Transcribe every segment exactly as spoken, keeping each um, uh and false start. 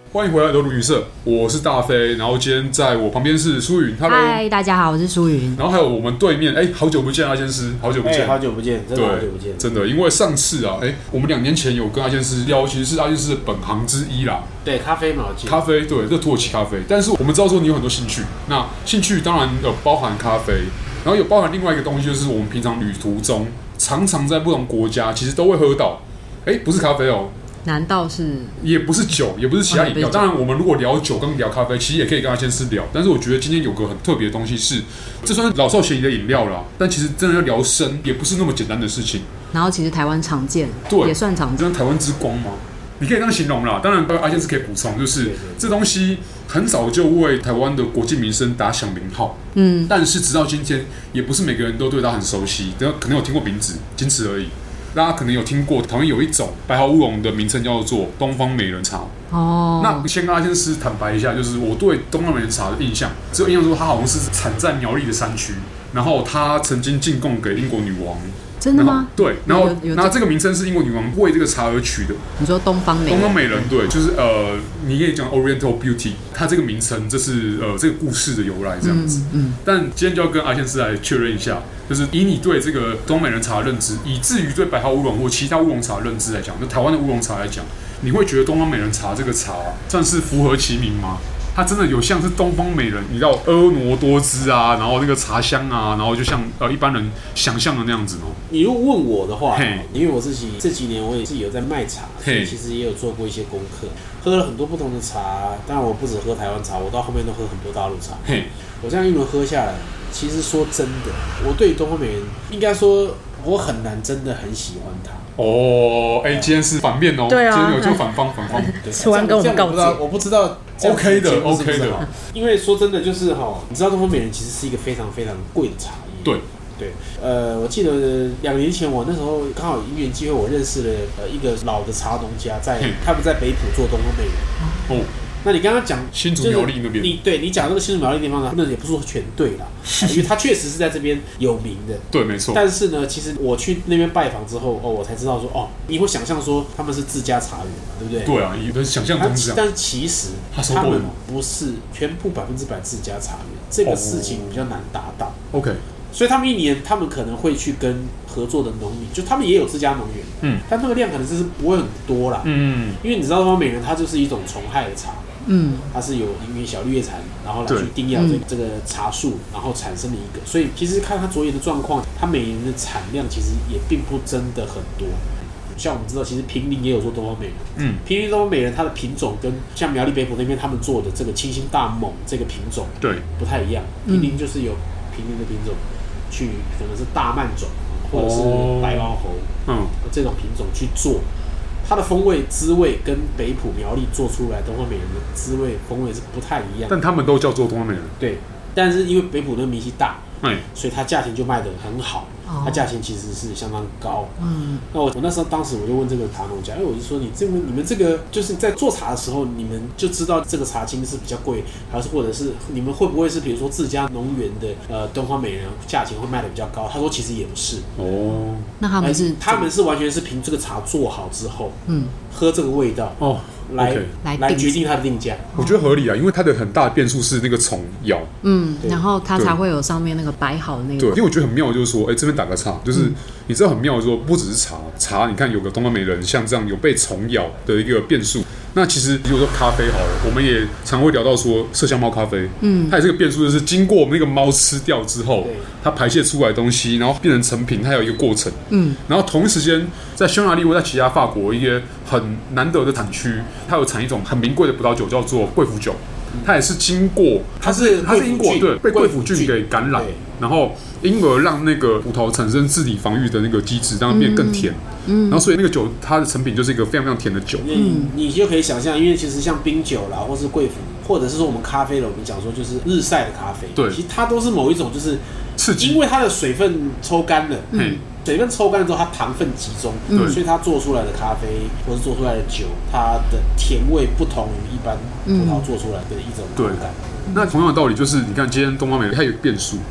欢迎回来的鲁云社，我是大飞，然后今天在我旁边是舒云 ，Hello， 嗨，大家好，我是舒云。 然后还有我们对面，哎，好久不见，阿先师，好久不见， 欸、好久不见，真的好久不见， 真的，因为上次啊，哎，我们两年前有跟阿先师聊，其实是阿先师的本行之一啦， 对，咖啡嘛，我记得咖啡，对，这土耳其咖啡，但是我们知道说你有很多兴趣，那兴趣当然有包含咖啡，然后有包含另外一个东西，就是我们平常旅途中常常在不同国家其实都会喝到，哎，不是咖啡哦。 难道是？ 也不是酒，也不是其他饮料。 哦、 当然，我们如果聊酒跟聊咖啡，其实也可以跟他先师聊。但是我觉得今天有个很特别的东西是，这算是老少咸宜的饮料啦。但其实真的要聊深，也不是那么简单的事情。 然后其实台湾常见， 对， 也算常见。 像台湾之光吗？你可以这样形容啦。当然，阿先师可以补充，就是对对对这东西很早就为台湾的国际名声打响名号。嗯，但是直到今天，也不是每个人都对它很熟悉，可能有听过名字，仅此而已。大家可能有听过，台湾有一种白毫乌龙的名称叫做东方美人茶。哦，那先跟阿先师坦白一下，就是我对东方美人茶的印象，只有印象说它好像是产在苗栗的山区，然后它曾经进贡给英国女王。 真的吗？ 对，然后那这个名称是英国女王为这个茶而取的。 你说东方美人？ 东方美人，对，就是呃，你可以讲 Oriental Beauty， 它这个名称这是呃这个故事的由来这样子。嗯，嗯但今天就要跟阿先师来确认一下，就是以你对这个东方美人茶的认知，以至于对白毫乌龙或其他乌龙茶的认知来讲，就台湾的乌龙茶来讲，你会觉得东方美人茶这个茶算是符合其名吗？它真的有像是东方美人，你知道婀娜多姿啊，然后那个茶香啊，然后就像呃一般人想象的那样子吗？ 你如果问我的话，因为我自己这几年我也自己有在卖茶，所以其实也有做过一些功课，喝了很多不同的茶。当然我不只喝台湾茶，我到后面都喝很多大陆茶。我这样一轮喝下来，其实说真的，我对东方美人应该说我很难真的很喜欢它。 哦，哎、欸，今天是反面哦， 对啊， 今天有就反方反方， 突然跟我们告诫， 我不知道 ，OK 的 ，OK 的， 因为说真的就是哈，你知道东方美人其实是一个非常非常贵的茶叶， 对对，呃，我记得两年前我那时候刚好因缘机会，我认识了呃一个老的茶农家，在他们在北埔做东方美人，哦。那你刚刚讲新竹苗栗那边， 你对你讲那个新竹苗栗地方呢，那也不是说全对啦，因为它确实是在这边有名的， 对，没错。 但是呢，其实我去那边拜访之后，哦，我才知道说，哦，你会想象说他们是自家茶园嘛，对不对？ 对啊，有的想象中是这样。 但其实他们不是全部百分之百自家茶园，这个事情比较难达到。 OK。 所以他们一年，他们可能会去跟合作的农民，就他们也有自家农园，嗯，但那个量可能就是不会很多啦，嗯，因为你知道东方美人它就是一种虫害的茶，嗯，它是有因为小绿叶蝉，然后来去叮咬这个、这个茶树，然后产生的一个，所以其实看它着眼的状况，它每年的产量其实也并不真的很多。像我们知道，其实坪林也有做东方美人，嗯，坪林东方美人它的品种跟像苗栗北埔那边他们做的这个清新大猛这个品种，对，不太一样。坪林就是有坪林的品种。去可能是大慢种或者是白毛猴，嗯，这种品种去做，它的风味滋味跟北埔苗栗做出来东方美人的滋味风味是不太一样的。 但他们都叫做东方美人， 对。但是因为北埔的名气大，嗯，所以它价钱就卖得很好，它价钱其实是相当高。嗯，那我我那时候当时我就问这个茶农家，因为我就说你这个你们这个就是在做茶的时候，你们就知道这个茶青是比较贵，还是或者是你们会不会是比如说自家农园的呃东方美人价钱会卖得比较高？他说其实也不是。哦， 那他们是他们是完全是凭这个茶做好之后，嗯，喝这个味道哦。来、okay. 来决定它的定价， 我觉得合理啊，因为它的很大的变数是那个虫咬， 嗯，然后它才会有上面那个摆好的那个。 对，因为我觉得很妙，就是说，哎、欸，这边打个岔，就是、嗯、你知道很妙的说，不只是茶，茶你看有个东方美人像这样有被虫咬的一个变数。那其实比如说咖啡好了，我们也常会聊到说麝香猫咖啡，嗯，它有这个变数，就是经过我们那个猫吃掉之后，它排泄出来的东西，然后变成成品，它有一个过程，嗯，然后同一时间在匈牙利或在其他法国一些很难得的产区，它有产一种很名贵的葡萄酒，叫做贵腐酒，它也是经过，它是它是英国对被贵腐菌给感染，然后因而让那个葡萄产生自体防御的那个机制，让它变得更甜。嗯，然后所以那个酒它的成品就是一个非常非常甜的酒。 嗯，你就可以想象，因为其实像冰酒啦，或是贵腐，或者是说我们咖啡了，我们讲说就是日晒的咖啡，对，其实它都是某一种就是刺激， 因为它的水分抽干了，嗯，水分抽干之后它糖分集中，嗯，所以它做出来的咖啡或是做出来的酒，它的甜味不同于一般葡萄做出来的一种口感。 那同样的道理就是，你看今天东方美人它有一个变数。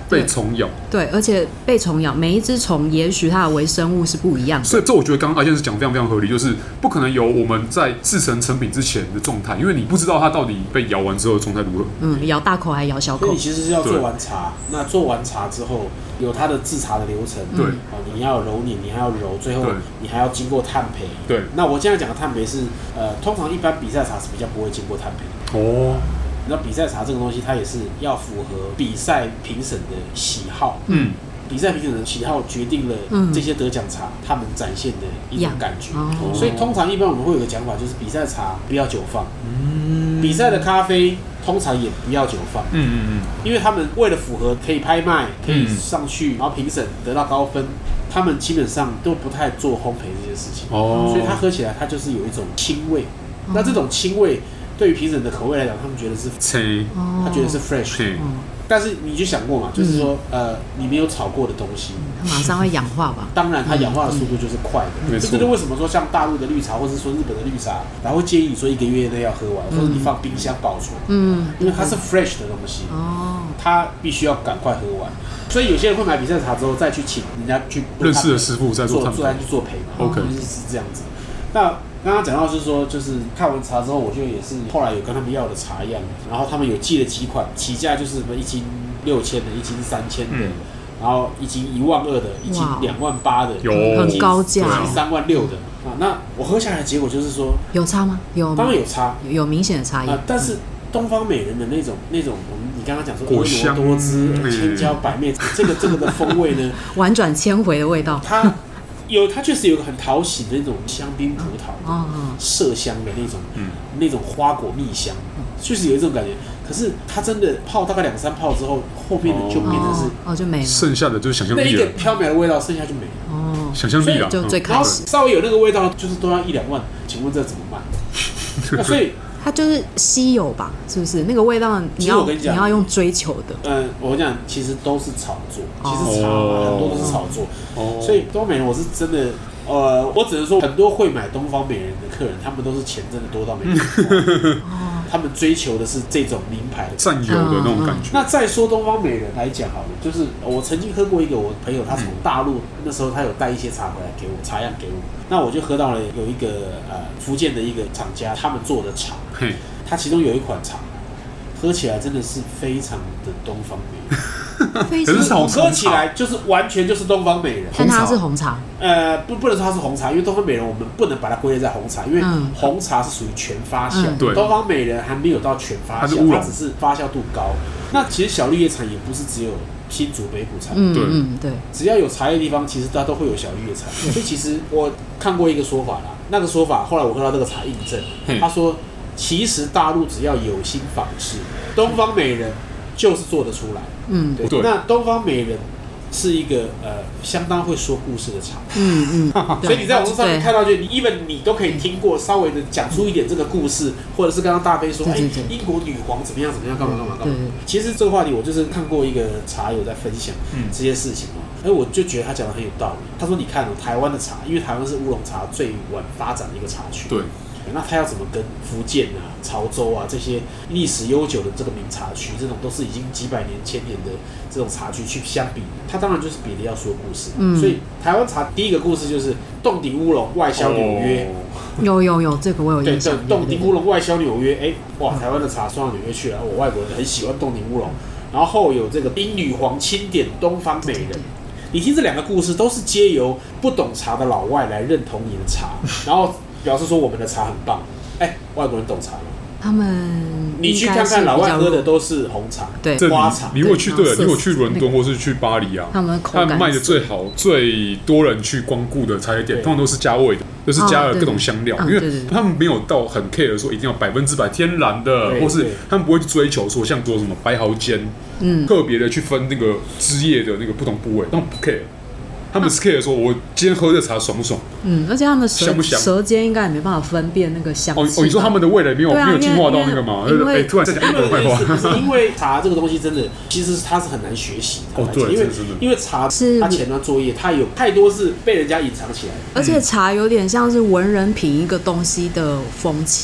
被虫咬。 对，而且被虫咬，每一只虫也许它的微生物是不一样的。 所以这我觉得刚刚阿健是讲非常非常合理，就是不可能有我们在制成成品之前的状态，因为你不知道它到底被咬完之后的状态如何。 嗯，咬大口还咬小口。 所以你其实是要做完茶，那做完茶之后有它的制茶的流程。 对， 哦，你要揉捻，你还要揉，最后你还要经过炭焙。 对， 那我现在讲的炭焙是，呃，通常一般比赛茶是比较不会经过炭焙。 哦。 那比赛茶这个东西，它也是要符合比赛评审的喜好。嗯。比赛评审的喜好决定了这些得奖茶、嗯、他们展现的一种感觉、哦、所以通常一般我们会有个讲法，就是比赛茶不要久放、嗯、比赛的咖啡通常也不要久放、嗯嗯嗯、因为他们为了符合可以拍卖可以上去、嗯、然后评审得到高分，他们基本上都不太做烘焙这些事情、哦、所以它喝起来它就是有一种轻味、哦、那这种轻味对于评审的口味来讲，他们觉得是轻、哦、他觉得是 fresh、嗯，但是你就想过嘛，就是说，嗯、呃，你没有炒过的东西， 它马上会氧化吧？ 当然，它氧化的速度就是快的。嗯、这就是为什么说像大陆的绿茶，或者是说日本的绿茶，然后会建议你说一个月内要喝完，嗯、或者你放冰箱保存，嗯，因为它是 fresh 的东西，哦，它必须要赶快喝完。所以有些人会买比赛茶之后，再去请人家去认识的师傅再做， 做再去做焙嘛 ，OK， 就是这样子。那刚刚讲到就是说，就是看完茶之后，我就也是后来有跟他们要的茶样，然后他们有寄了几款，起价就是什么一斤六千的，一斤三千的，嗯、然后一斤一万二的，一斤两万八的， 有很高价， 一斤三万六的啊。那我喝下来的结果就是说， 有差吗？有， 当然有差， 有, 有明显的差异、 啊。但是东方美人的那种那种，你刚刚讲说婀娜多姿、千娇百媚，这个这个的风味呢， 婉转千回的味道， 它。有，它确实有个很讨喜的那种香槟葡萄的麝香的那种，嗯、那种花果蜜香，确实有这种感觉。可是它真的泡大概两三泡之后，后面的就变成是哦, 哦就没了， 剩下的就是想象力了。 那一个飘渺的味道，剩下就没了。 哦， 想象力了， 就最开始。 稍微有那个味道，就是都要一两万，请问这怎么卖？那所以。 它就是稀有吧，是不是？那个味道你要你要用追求的。 嗯，我跟你讲，其实都是炒作，其实茶很多都是炒作。哦，所以东方美人我是真的，呃，我只能说很多会买东方美人的客人，他们都是钱真的多到没地方。他们追求的是这种名牌的占有的那种感觉。 那再说东方美人来讲好了，就是我曾经喝过一个我朋友，他从大陆、嗯、那时候他有带一些茶回来给我，茶样给我，那我就喝到了有一个呃福建的一个厂家他们做的茶，他其中有一款茶喝起来真的是非常的东方美人。 可是喝起来就是完全就是东方美人， 但它是红茶。 呃，不不能说它是红茶，因为东方美人我们不能把它归类在红茶，因为红茶是属于全发酵，嗯、东方美人还没有到全发酵，它只是发酵度高。那其实小绿叶茶也不是只有新竹北埔茶， 嗯嗯对， 只要有茶叶地方，其实它都会有小绿叶茶。所以其实我看过一个说法啦，那个说法后来我喝到这个茶印证，他说其实大陆只要有心仿制，东方美人就是做得出来。嗯，对。那东方美人是一个呃相当会说故事的茶，嗯嗯，所以你在网络上面看到，就你 even 你都可以听过，稍微的讲出一点这个故事，或者是刚刚大飞说，哎、欸，英国女皇怎么样怎么样，干嘛干嘛干嘛。其实这个话题我就是看过一个茶友在分享这些事情嘛，哎、嗯，我就觉得他讲的很有道理。他说，你看哦，台湾的茶，因为台湾是乌龙茶最晚发展的一个茶区，对。那他要怎么跟福建啊、潮州啊这些历史悠久的这个名茶区，这种都是已经几百年、千年的这种茶区去相比，他当然就是比的要说故事。嗯，所以台湾茶第一个故事就是洞顶乌龙外销纽约。 哦、有有有，这个我有印象。 对，洞顶乌龙外销纽约，哎、欸，哇，台湾的茶送到纽约去了，我外国人很喜欢洞顶乌龙。然后有这个英女皇钦点东方美人。你听这两个故事，都是藉由不懂茶的老外来认同你的茶，然后表示说我们的茶很棒。哎、欸，外国人懂茶吗？ 他们你去看看老外喝的都是红茶， 对， 花茶。 你如果去对了，你如果去伦敦或是去巴黎啊， 他们他们卖的最好、最多人去光顾的茶叶店，通常都是加味的，就是加了各种香料， 哦、 因为他们没有到很 care 说一定要百分之百天然的，或是他们不会去追求说像做什么白毫尖，嗯，特别的去分那个枝叶的那个不同部位，他们不 care。他们是 care 说，我今天喝的茶爽不爽？ 嗯，而且他们舌香不香？ 舌尖应该也没办法分辨那个香气。 哦哦，你说他们的味蕾没有、啊、没有进化到那个吗？ 因为、 欸、突然在讲英文坏话， 因为茶这个东西真的，其实它是很难学习的。哦，对，因为因为茶是它前端作业，它有太多是被人家隐藏起来的。 而且茶有点像是文人品一个东西的风气。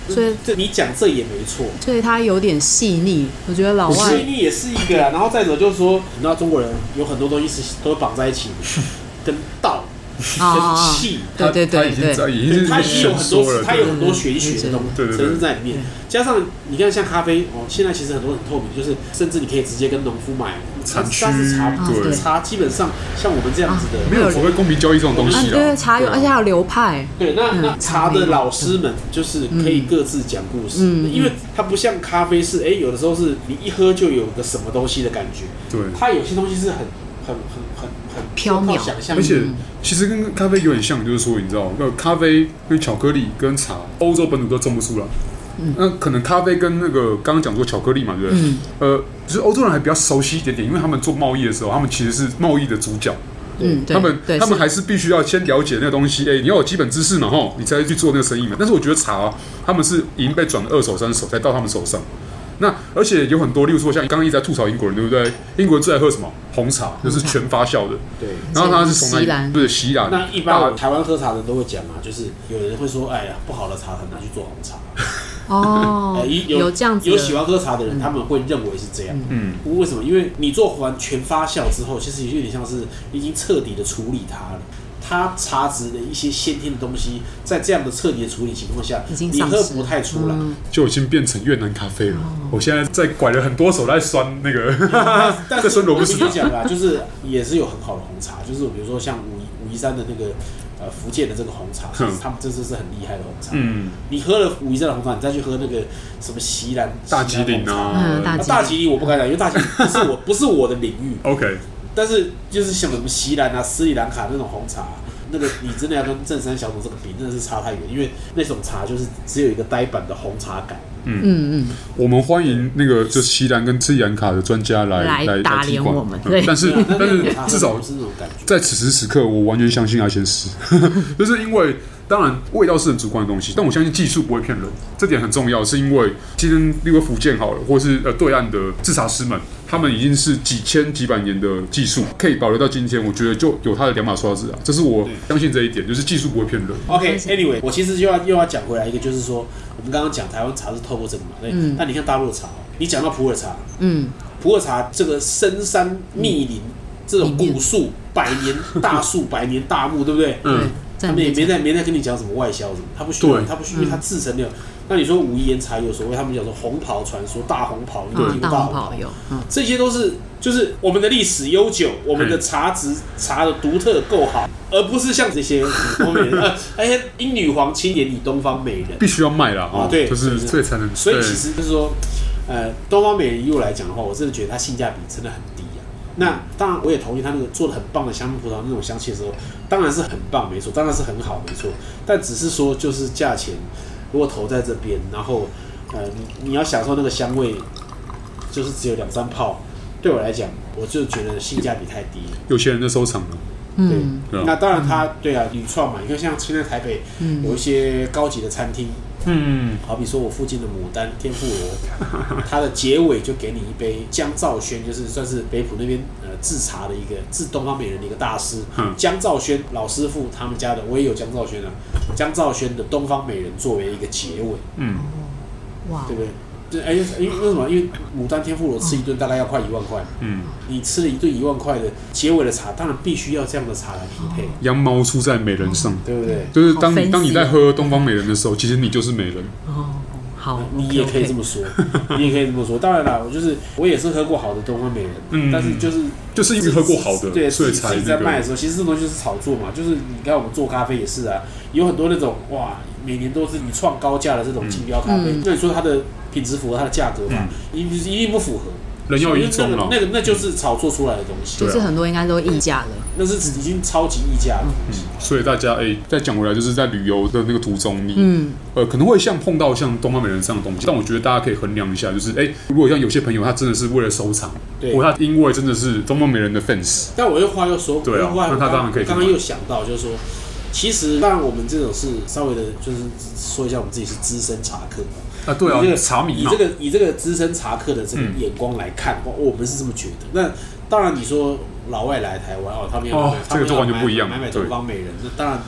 所以这你讲这也没错， 所以它有点细腻。我觉得老外细腻也是一个啊。然后再者就是说，你知道中国人有很多东西是都绑在一起的，跟道。跟气， 对对对对， 他已经有很多，他有很多玄学的东西成分在里面。加上你看，像咖啡哦，现在其实很多很透明，就是甚至你可以直接跟农夫买产区茶，茶基本上像我们这样子的， 没有所谓公平交易这种东西啊。 对，茶有，而且还有流派。 对，那那茶的老师们就是可以各自讲故事，因为它不像咖啡是，哎，有的时候是你一喝就有个什么东西的感觉。 对， 它有些东西是很很很很很飘渺， 而且其实跟咖啡有点像，就是说你知道，那咖啡跟巧克力跟茶，欧洲本土都种不出来。嗯，那可能咖啡跟那个刚刚讲说巧克力嘛，对不对？嗯、呃，就是欧洲人还比较熟悉一点点，因为他们做贸易的时候，他们其实是贸易的主角。嗯，他们他们还是必须要先了解那个东西，哎、欸，你要有基本知识嘛，吼，你才会去做那个生意嘛。但是我觉得茶、啊，他们是已经被转了二手、三手才到他们手上。那而且有很多，例如说像刚刚一直在吐槽英国人，对不对？英国人最爱喝什么？红茶，就是全发酵的。 对。 然后它是从哪里？对，锡兰。 那一般台湾喝茶的人都会讲嘛，就是有人会说，哎呀，不好的茶很难去做红茶。 哦， 呃、有, 有这样子， 有喜欢喝茶的人，嗯、他们会认为是这样。嗯，为什么？因为你做完全发酵之后，其实有点像是已经彻底的处理它了。它茶质的一些先天的东西，在这样的彻底的处理情况下，你喝不太出来，嗯、 就已经变成越南咖啡了。哦、我现在在拐了很多手在酸那个， 但是我必须讲啦，就是也是有很好的红茶，就是比如说像武武夷山的那个。呃，福建的这个红茶，其实他们这次是很厉害的红茶。嗯，你喝了武夷山的红茶，你再去喝那个什么锡兰、 大吉岭啊， 嗯、 大吉岭我不敢讲，因为大吉岭不是我不是我的领域。 OK， 但是就是像什么锡兰啊、斯里兰卡那种红茶，那个你真的要跟正山小董这个比，真的是差太远，因为那种茶就是只有一个呆板的红茶感。嗯嗯嗯， 我们欢迎那个就锡兰跟斯里兰卡的专家来来打脸我们，对， 但是但是至少在此时此刻，我完全相信阿先师，就是因为当然味道是很主观的东西，但我相信技术不会骗人，这点很重要，是因为今天例如福建好了，或是呃对岸的制茶师们，他们已经是几千几百年的技术，可以保留到今天，我觉得就有他的两把刷子啊，这是我相信这一点，就是技术不会骗人。 OK，Anyway， 我其实又要又要讲回来一个，就是说我们刚刚讲台湾茶是透过这个嘛，对，嗯、但你看大陆的茶，你讲到普洱茶，嗯，普洱茶这个深山密林、嗯、这种古树、百年大树、百年大木，对不对？嗯。他们也没在没在跟你讲什么外销什么，他不需要，他不需要，因为他自成的。那你说武夷岩茶有所谓，他们讲说红袍传说、大红袍，你有听过大红袍？有，这些都是就是我们的历史悠久，我们的茶质茶的独特够好，而不是像这些东方美人，哎，英女皇青年里东方美人必须要卖了啊，对，就是这才能。 所以其实就是说，呃，东方美人以我来讲的话，我真的觉得它性价比真的很低。那当然，我也同意他那个做的很棒的香槟葡萄那种香气的时候，当然是很棒，没错，当然是很好，没错。但只是说，就是价钱如果投在这边，然后呃，你你要享受那个香味，就是只有两三泡，对我来讲，我就觉得性价比太低了。 有些人在收藏了。 对，嗯、那当然他对啊，屡创嘛，你看像现在台北有一些高级的餐厅。嗯，好比说我附近的牡丹天妇罗，它的结尾就给你一杯江兆轩，就是算是北埔那边呃制茶的一个制东方美人的一个大师，嗯、江兆轩老师傅他们家的，我也有江兆轩啊，江兆轩的东方美人作为一个结尾，嗯，哇，对不对？对，哎，因为为什么？因为牡丹天妇罗吃一顿大概要快一万块，嗯，你吃了一顿一万块的结尾的茶，当然必须要这样的茶来匹配。 羊毛出在美人上， 对不对？ 就是当你当你在喝东方美人的时候，其实你就是美人。 哦，好， 你也可以这么说，你也可以这么说。当然啦，我就是我也是喝过好的东方美人，嗯，但是就是就是因为喝过好的， 对， 所以才在卖的时候，其实这东西就是炒作嘛。就是你看我们做咖啡也是啊，有很多那种哇，每年都是你创高价的这种竞标咖啡，那你说它的品质符合它的价格嘛？一一定不符合。 人要一种了， 那个那就是炒作出来的东西， 就是很多应该都溢价的， 那是已经超级溢价的东西。 所以大家哎，再讲回来，就是在旅游的那个途中，你嗯呃可能会像碰到像东方美人这样的东西，但我觉得大家可以衡量一下，就是哎，如果像有些朋友他真的是为了收藏，对，或他因为真的是东方美人的 fans， 但我又话又说， 对啊，那他当然可以。 刚刚又想到就是说。其实，当然我们这种是稍微的，就是说一下我们自己是资深茶客啊，对啊， 以这个茶迷以这个以这个资深茶客的这个眼光来看，嗯、我们是这么觉得。那当然，你说老外来台湾哦，他们要买， 哦、 他们要这个就完全不一样， 买买东方美人，那当然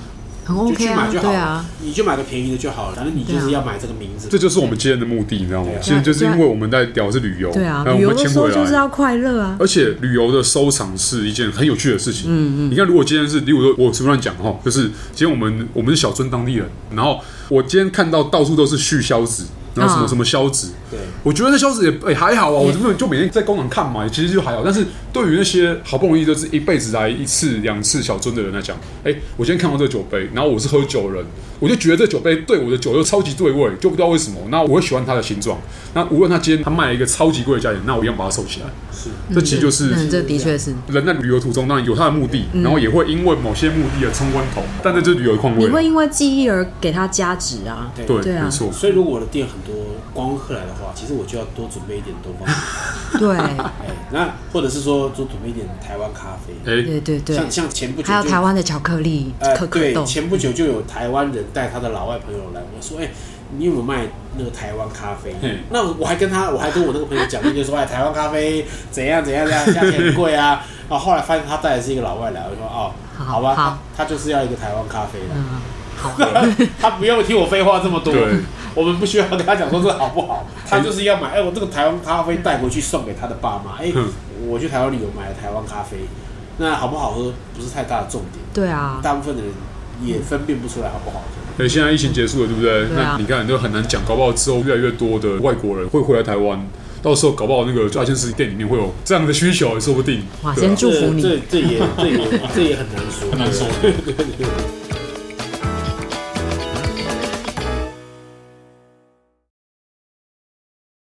很 OK 啊， 就去买就好了， 对啊， 你就买个便宜的就好了，反正你就是要买这个名字。 这就是我们今天的目的，你知道吗？其实就是因为我们在聊是旅游， 对啊，旅游的时候就是要快乐啊。 而且旅游的收藏是一件很有趣的事情。嗯嗯，你看，如果今天是，例如说，我随便乱讲哈，就是今天我们我们是小樽当地人，然后我今天看到到处都是续销纸。然后什么什么销纸，对，我觉得那销纸也哎、欸、还好啊，我根本就每天在工厂看嘛，其实就还好。但是对于那些好不容易就是一辈子来一次两次小樽的人来讲，哎、欸，我今天看到这个酒杯，然后我是喝酒人，我就觉得这酒杯对我的酒又超级对味，就不知道为什么。那我会喜欢它的形状。那无论他今天他卖了一个超级贵的价钱，那我一样把它收起来。是，这其实就是， 嗯，这的确是人在旅游途中当然有他的目的，嗯、然后也会因为某些目的而冲昏头，但这就是旅游况味。 你会因为记忆而给它加值啊？ 对对， 对啊， 没错。 所以如果我的店很多观光客来的话，其实我就要多准备一点东方美人。 对， 哎，那或者是说多准备一点台湾咖啡。 哎， 对对对， 像像前不久还有台湾的巧克力可可豆。 对，前不久就有台湾人带他的老外朋友来，我说，哎。你有没有卖那个台湾咖啡？那我还跟他，我还跟我那个朋友讲，就说，哎，台湾咖啡怎样怎样怎样，价钱很贵啊。然后后来发现他带的是一个老外来，我说，哦，好吧，他他就是要一个台湾咖啡的。嗯，好，他不用听我废话这么多，我们不需要跟他讲说这好不好，他就是要买。哎，我这个台湾咖啡带回去送给他的爸妈。哎，我去台湾旅游买了台湾咖啡，那好不好喝不是太大的重点。 对啊， 大部分的人也分辨不出来好不好喝。 对，现在疫情结束了，对不对？对啊、那你看，就很难讲，搞不好之后越来越多的外国人会回来台湾，到时候搞不好那个爱千实体店里面会有这样的需求，也说不定。 哇，先祝福你。 这这也这也这也很难说，很难说。